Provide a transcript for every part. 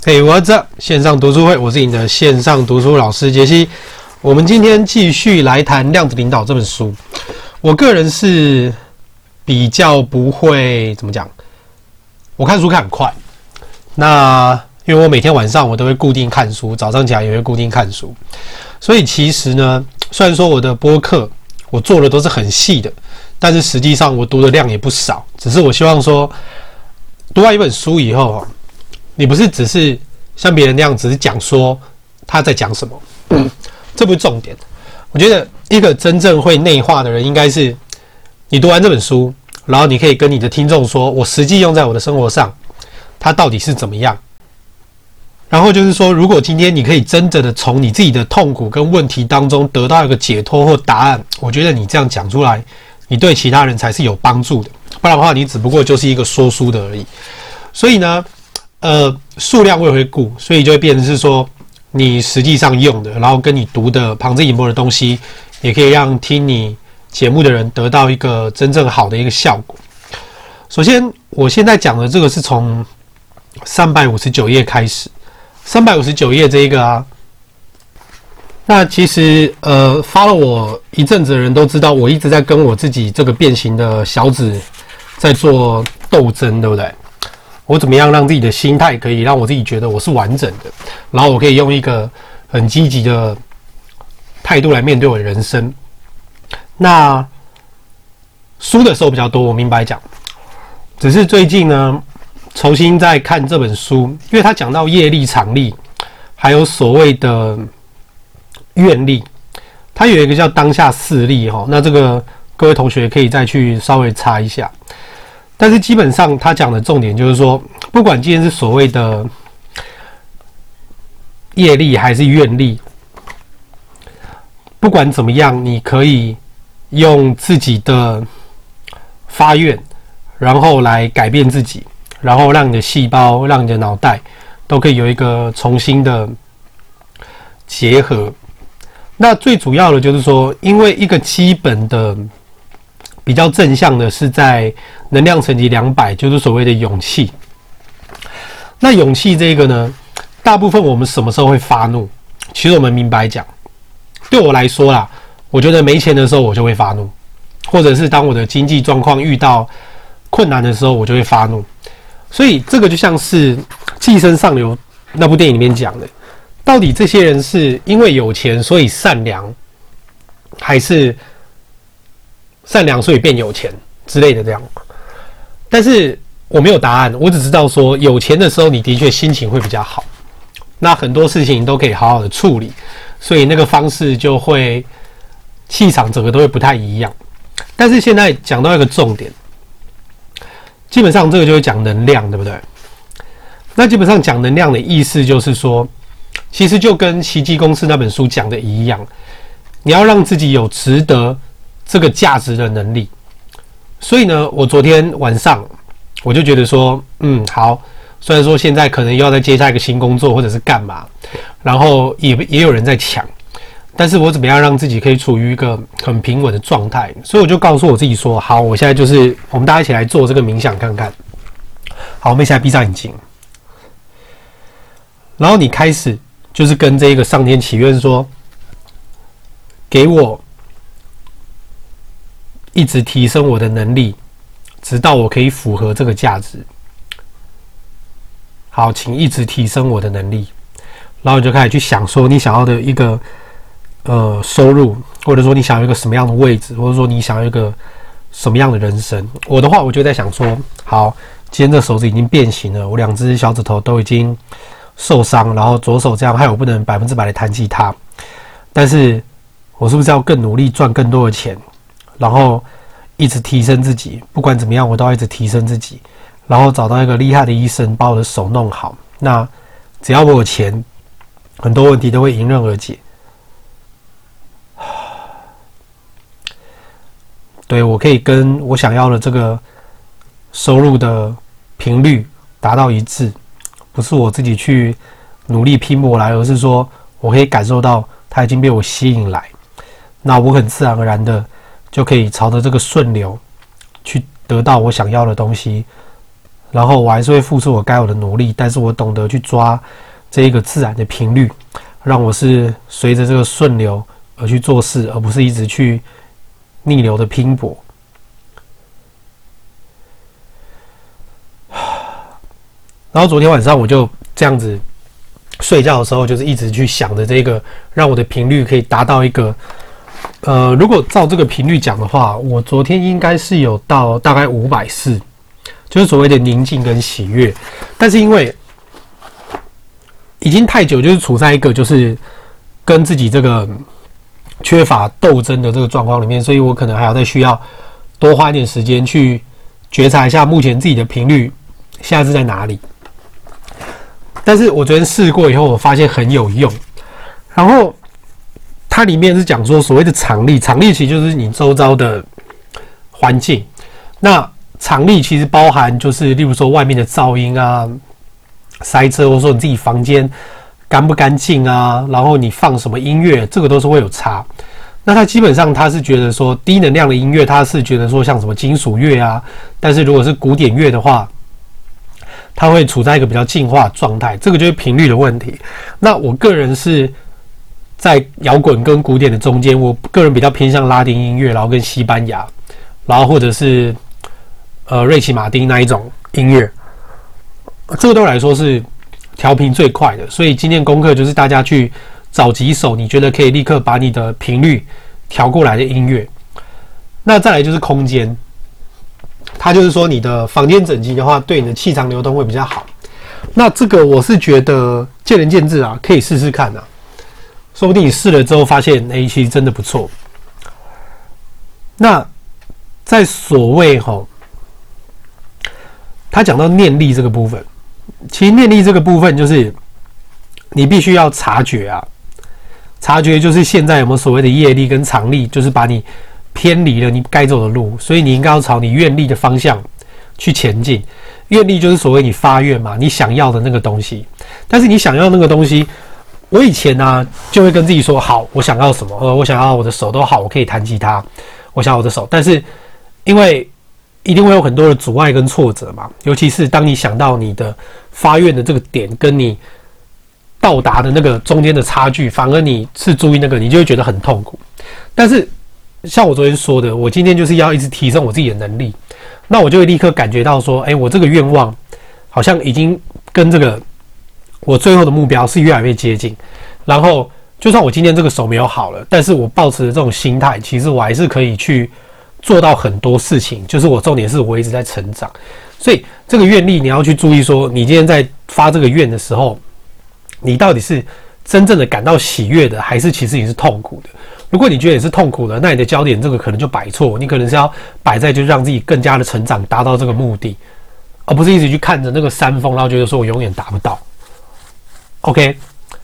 Hey, what's up？ 线上读书会，我是你的线上读书老师杰西。我们今天继续来谈《量子领导》这本书。我个人是比较不会怎么讲，我看书看很快。那因为我每天晚上我都会固定看书，早上起来也会固定看书，所以其实呢，虽然说我的播客我做的都是很细的，但是实际上我读的量也不少。只是我希望说，读完一本书以后，你不是只是像别人那样只是讲说他在讲什么，这不是重点。我觉得一个真正会内化的人，应该是你读完这本书，然后你可以跟你的听众说，我实际用在我的生活上，它到底是怎么样。然后就是说，如果今天你可以真正的从你自己的痛苦跟问题当中得到一个解脱或答案，我觉得你这样讲出来，你对其他人才是有帮助的。不然的话，你只不过就是一个说书的而已。所以呢，数量我也会顾，所以就会变成是说，你实际上用的，然后跟你读的旁征引播的东西，也可以让听你节目的人得到一个真正好的一个效果。首先，我现在讲的这个是从359页开始，359页这一个啊，那其实follow我一阵子的人都知道，我一直在跟我自己这个变形的小子在做斗争，对不对？我怎么样让自己的心态可以让我自己觉得我是完整的，然后我可以用一个很积极的态度来面对我的人生。那书的时候比较多，我明白讲，只是最近呢，重新在看这本书，因为他讲到业力、场力，还有所谓的愿力，他有一个叫当下四力哈。那这个各位同学可以再去稍微查一下。但是基本上他讲的重点就是说，不管今天是所谓的业力还是愿力，不管怎么样，你可以用自己的发愿，然后来改变自己，然后让你的细胞、让你的脑袋都可以有一个重新的结合。那最主要的就是说，因为一个基本的比较正向的是在能量层级200，就是所谓的勇气。那勇气这个呢，大部分我们什么时候会发怒？其实我们明白讲，对我来说啦，我觉得没钱的时候我就会发怒，或者是当我的经济状况遇到困难的时候，我就会发怒。所以这个就像是《寄生上流》那部电影里面讲的，到底这些人是因为有钱所以善良，还是善良所以变有钱之类的这样？但是我没有答案，我只知道说，有钱的时候你的确心情会比较好，那很多事情你都可以好好的处理，所以那个方式就会气场整个都会不太一样。但是现在讲到一个重点，基本上这个就会讲能量，对不对？那基本上讲能量的意思就是说，其实就跟奇迹公司那本书讲的一样，你要让自己有值得这个价值的能力。所以呢，我昨天晚上我就觉得说，好，虽然说现在可能又要再接下一个新工作或者是干嘛，然后也有人在抢，但是我怎么样让自己可以处于一个很平稳的状态？所以我就告诉我自己说，好，我现在就是我们大家一起来做这个冥想看看。好，我们一起来闭上眼睛，然后你开始就是跟这个上天祈愿说，给我一直提升我的能力，直到我可以符合这个价值。好，请一直提升我的能力，然后你就开始去想说你想要的一个收入，或者说你想要一个什么样的位置，或者说你想要一个什么样的人生。我的话，我就在想说，好，今天这手指已经变形了，我2只小指头都已经受伤，然后左手这样害我不能100%的弹吉他，但是我是不是要更努力赚更多的钱，然后一直提升自己，不管怎么样我都要一直提升自己，然后找到一个厉害的医生把我的手弄好，那只要我有钱，很多问题都会迎刃而解。对，我可以跟我想要的这个收入的频率达到一致，不是我自己去努力拼搏来，而是说我可以感受到它已经被我吸引来，那我很自然而然的就可以朝着这个顺流去得到我想要的东西， 然后我还是会付出我该有的努力，但是我懂得去抓这一个自然的频率，让我是随着这个顺流而去做事，而不是一直去逆流的拼搏。然后昨天晚上我就这样子睡觉的时候，就是一直去想着这个，让我的频率可以达到一个，如果照这个频率讲的话，我昨天应该是有到大概540，就是所谓的宁静跟喜悦。但是因为已经太久，就是处在一个就是跟自己这个缺乏斗争的这个状况里面，所以我可能还要再需要多花一点时间去觉察一下目前自己的频率现在是在哪里。但是我昨天试过以后，我发现很有用。然后它里面是讲说所谓的场力，场力其实就是你周遭的环境。那场力其实包含就是例如说外面的噪音啊、塞车，或者说你自己房间干不干净啊，然后你放什么音乐，这个都是会有差。那他基本上他是觉得说低能量的音乐，他是觉得说像什么金属乐啊，但是如果是古典乐的话，它会处在一个比较净化状态，这个就是频率的问题。那我个人是在摇滚跟古典的中间，我个人比较偏向拉丁音乐，然后跟西班牙，然后或者是瑞奇马丁那一种音乐，这个对我来说是调频最快的。所以今天功课就是大家去找几首你觉得可以立刻把你的频率调过来的音乐。那再来就是空间。它就是说，你的房间整齐的话，对你的气场流通会比较好。那这个我是觉得见仁见智啊，可以试试看啊。说不定你试了之后发现，其实真的不错。那在所谓他讲到念力这个部分，其实念力这个部分就是你必须要察觉啊，察觉就是现在有没有所谓的业力跟常力，就是把你偏离了你该走的路，所以你应该要朝你愿力的方向去前进。愿力就是所谓你发愿嘛，你想要的那个东西。但是你想要那个东西，我以前呢就会跟自己说，好，我想要什么？我想要我的手都好，我可以弹吉他，我想要我的手。但是因为一定会有很多的阻碍跟挫折嘛，尤其是当你想到你的发愿的这个点跟你到达的那个中间的差距，反而你是注意那个，你就会觉得很痛苦。但是像我昨天说的，我今天就是要一直提升我自己的能力，那我就会立刻感觉到说，我这个愿望好像已经跟这个我最后的目标是越来越接近。然后就算我今天这个手没有好了，但是我抱持的这种心态，其实我还是可以去做到很多事情。就是我重点是我一直在成长，所以这个愿力你要去注意说，你今天在发这个愿的时候，你到底是真正的感到喜悦的，还是其实你是痛苦的？如果你觉得你是痛苦的，那你的焦点这个可能就摆错，你可能是要摆在就让自己更加的成长，达到这个目的，而不是一直去看着那个山峰，然后觉得说我永远达不到。OK，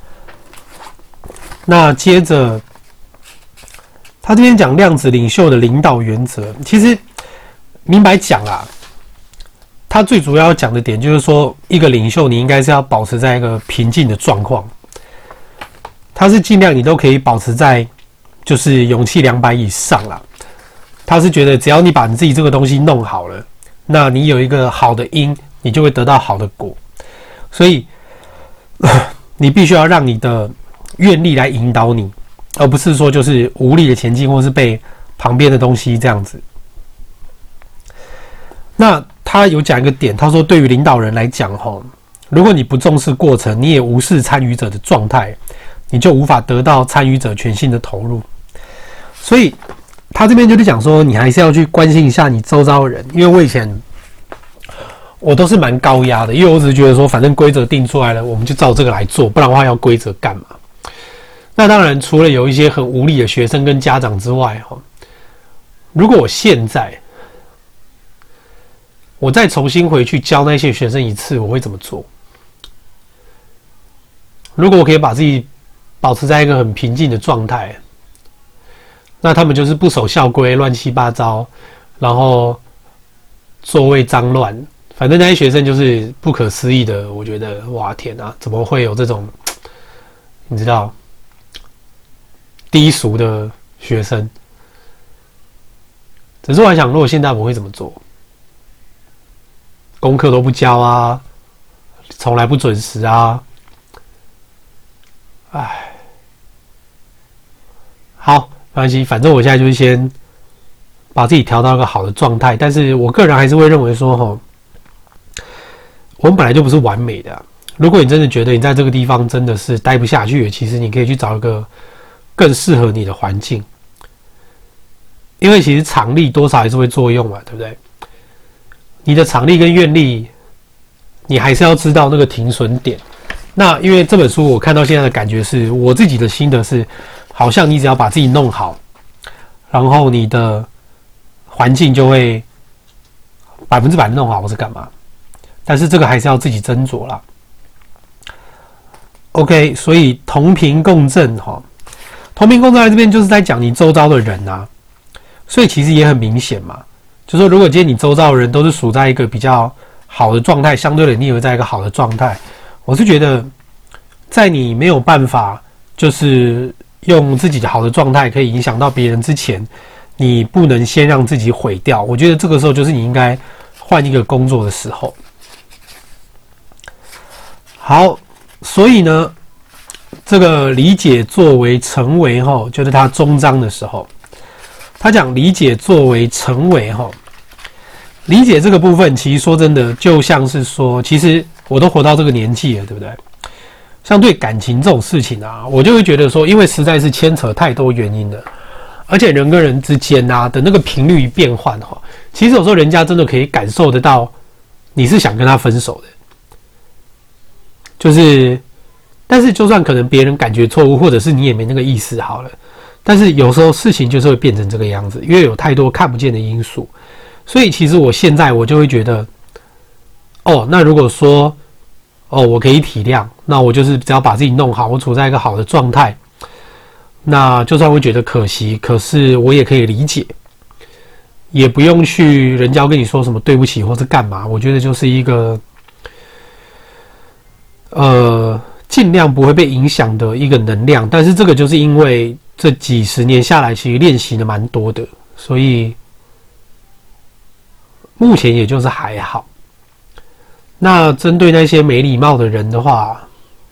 那接着他这边讲量子领袖的领导原则，其实明白讲啊，他最主要讲的点就是说，一个领袖你应该是要保持在一个平静的状况，他是尽量你都可以保持在就是勇气200以上啦。他是觉得只要你把你自己这个东西弄好了，那你有一个好的因，你就会得到好的果。所以你必须要让你的愿力来引导你，而不是说就是无力的前进，或是被旁边的东西这样子。那他有讲一个点，他说对于领导人来讲，如果你不重视过程，你也无视参与者的状态，你就无法得到参与者全心的投入。所以他这边就是讲说，你还是要去关心一下你周遭的人。因为我以前我都是蛮高压的，因为我只是觉得说，反正规则定出来了，我们就照这个来做，不然的话要规则干嘛？那当然，除了有一些很无理的学生跟家长之外，如果我现在我再重新回去教那些学生一次，我会怎么做？如果我可以把自己保持在一个很平静的状态，那他们就是不守校规、乱七八糟，然后座位脏乱，反正那些学生就是不可思议的。我觉得，哇天啊，怎么会有这种你知道低俗的学生？只是我还想，如果现在我会怎么做？ 功课都不交啊，从来不准时啊，唉，好，没关系，反正我现在就是先把自己调到一个好的状态。但是我个人还是会认为说，我们本来就不是完美的啊。如果你真的觉得你在这个地方真的是待不下去，其实你可以去找一个更适合你的环境，因为其实场力多少还是会作用嘛，对不对？你的场力跟愿力，你还是要知道那个停损点。那因为这本书我看到现在的感觉是，我自己的心得是，好像你只要把自己弄好，然后你的环境就会100%弄好，或是干嘛？但是这个还是要自己斟酌啦。OK， 所以同频共振同频共振在这边就是在讲你周遭的人啊，所以其实也很明显嘛，就是说如果今天你周遭的人都是处在一个比较好的状态，相对的你也会在一个好的状态，我是觉得在你没有办法就是用自己的好的状态可以影响到别人之前，你不能先让自己毁掉。我觉得这个时候就是你应该换一个工作的时候。好，所以呢，这个理解作为成为就是他终章的时候，他讲理解作为成为理解这个部分，其实说真的，就像是说，其实我都活到这个年纪了，对不对？像对感情这种事情啊，我就会觉得说，因为实在是牵扯太多原因了，而且人跟人之间啊的那个频率变换其实有时候人家真的可以感受得到你是想跟他分手的。就是，但是就算可能别人感觉错误，或者是你也没那个意思好了，但是有时候事情就是会变成这个样子，因为有太多看不见的因素。所以其实我现在我就会觉得，那如果说，我可以体谅，那我就是只要把自己弄好，我处在一个好的状态，那就算会觉得可惜，可是我也可以理解，也不用去人家跟你说什么对不起或是干嘛，我觉得就是一个。尽量不会被影响的一个能量，但是这个就是因为这几十年下来，其实练习的蛮多的，所以目前也就是还好。那针对那些没礼貌的人的话，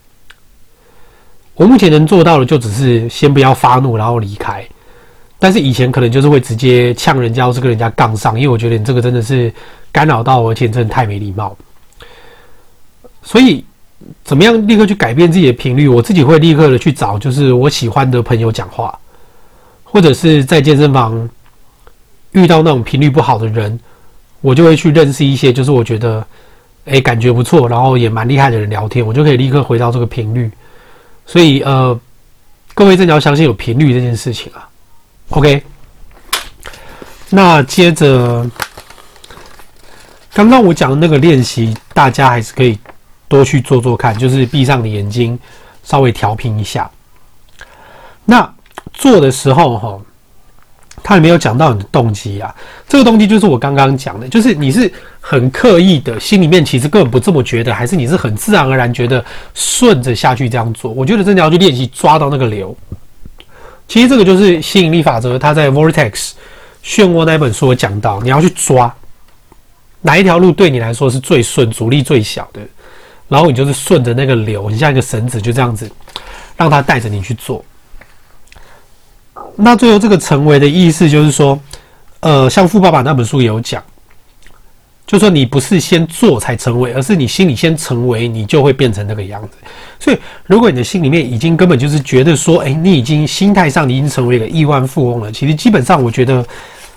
我目前能做到的就只是先不要发怒，然后离开。但是以前可能就是会直接呛人家，或是跟人家杠上，因为我觉得你这个真的是干扰到我，而且真的太没礼貌。所以怎么样立刻去改变自己的频率？我自己会立刻的去找就是我喜欢的朋友讲话，或者是在健身房遇到那种频率不好的人，我就会去认识一些就是我觉得感觉不错，然后也蛮厉害的人聊天，我就可以立刻回到这个频率。所以各位真的要相信有频率这件事情啊。OK， 那接着刚刚我讲的那个练习，大家还是可以多去做做看，就是闭上你眼睛，稍微调频一下。那做的时候他也没有讲到你的动机啊。这个动机就是我刚刚讲的，就是你是很刻意的，心里面其实根本不这么觉得，还是你是很自然而然觉得顺着下去这样做？我觉得真的要去练习抓到那个流。其实这个就是吸引力法则，他在 Vortex 漩涡那本书有讲到，你要去抓哪一条路对你来说是最顺，阻力最小的。然后你就是顺着那个流，你像一个绳子，就这样子让它带着你去做。那最后这个成为的意思就是说，像富爸爸那本书也有讲，就是说你不是先做才成为，而是你心里先成为，你就会变成那个样子。所以如果你的心里面已经根本就是觉得说，你已经心态上你已经成为一个亿万富翁了，其实基本上我觉得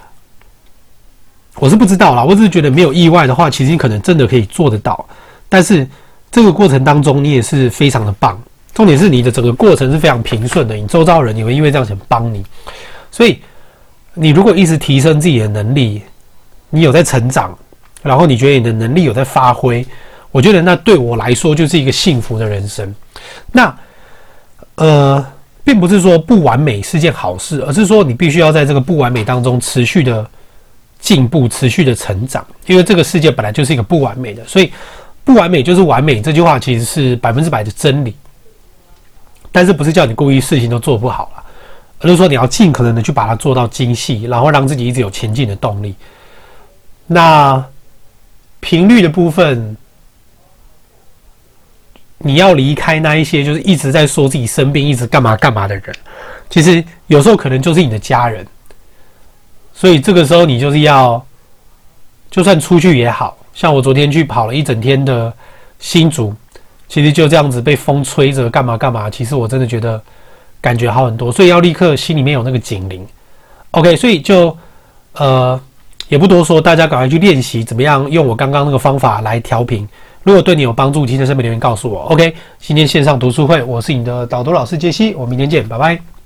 我是不知道啦，我只是觉得没有意外的话，其实你可能真的可以做得到。但是这个过程当中，你也是非常的棒。重点是你的整个过程是非常平顺的，你周遭的人也会因为这样想帮你。所以你如果一直提升自己的能力，你有在成长，然后你觉得你的能力有在发挥，我觉得那对我来说就是一个幸福的人生。那并不是说不完美是件好事，而是说你必须要在这个不完美当中持续的进步，持续的成长。因为这个世界本来就是一个不完美的，所以不完美就是完美，这句话其实是100%的真理。但是不是叫你故意事情都做不好了，而是说你要尽可能的去把它做到精细，然后让自己一直有前进的动力。那频率的部分，你要离开那一些就是一直在说自己生病、一直干嘛干嘛的人，其实有时候可能就是你的家人。所以这个时候你就是要，就算出去也好，像我昨天去跑了一整天的新竹，其实就这样子被风吹着干嘛干嘛，其实我真的觉得感觉好很多，所以要立刻心里面有那个警铃。OK， 所以就也不多说，大家赶快去练习怎么样用我刚刚那个方法来调频。如果对你有帮助，请在上面留言告诉我。OK， 今天线上读书会，我是你的导读老师杰西，我们明天见，拜拜。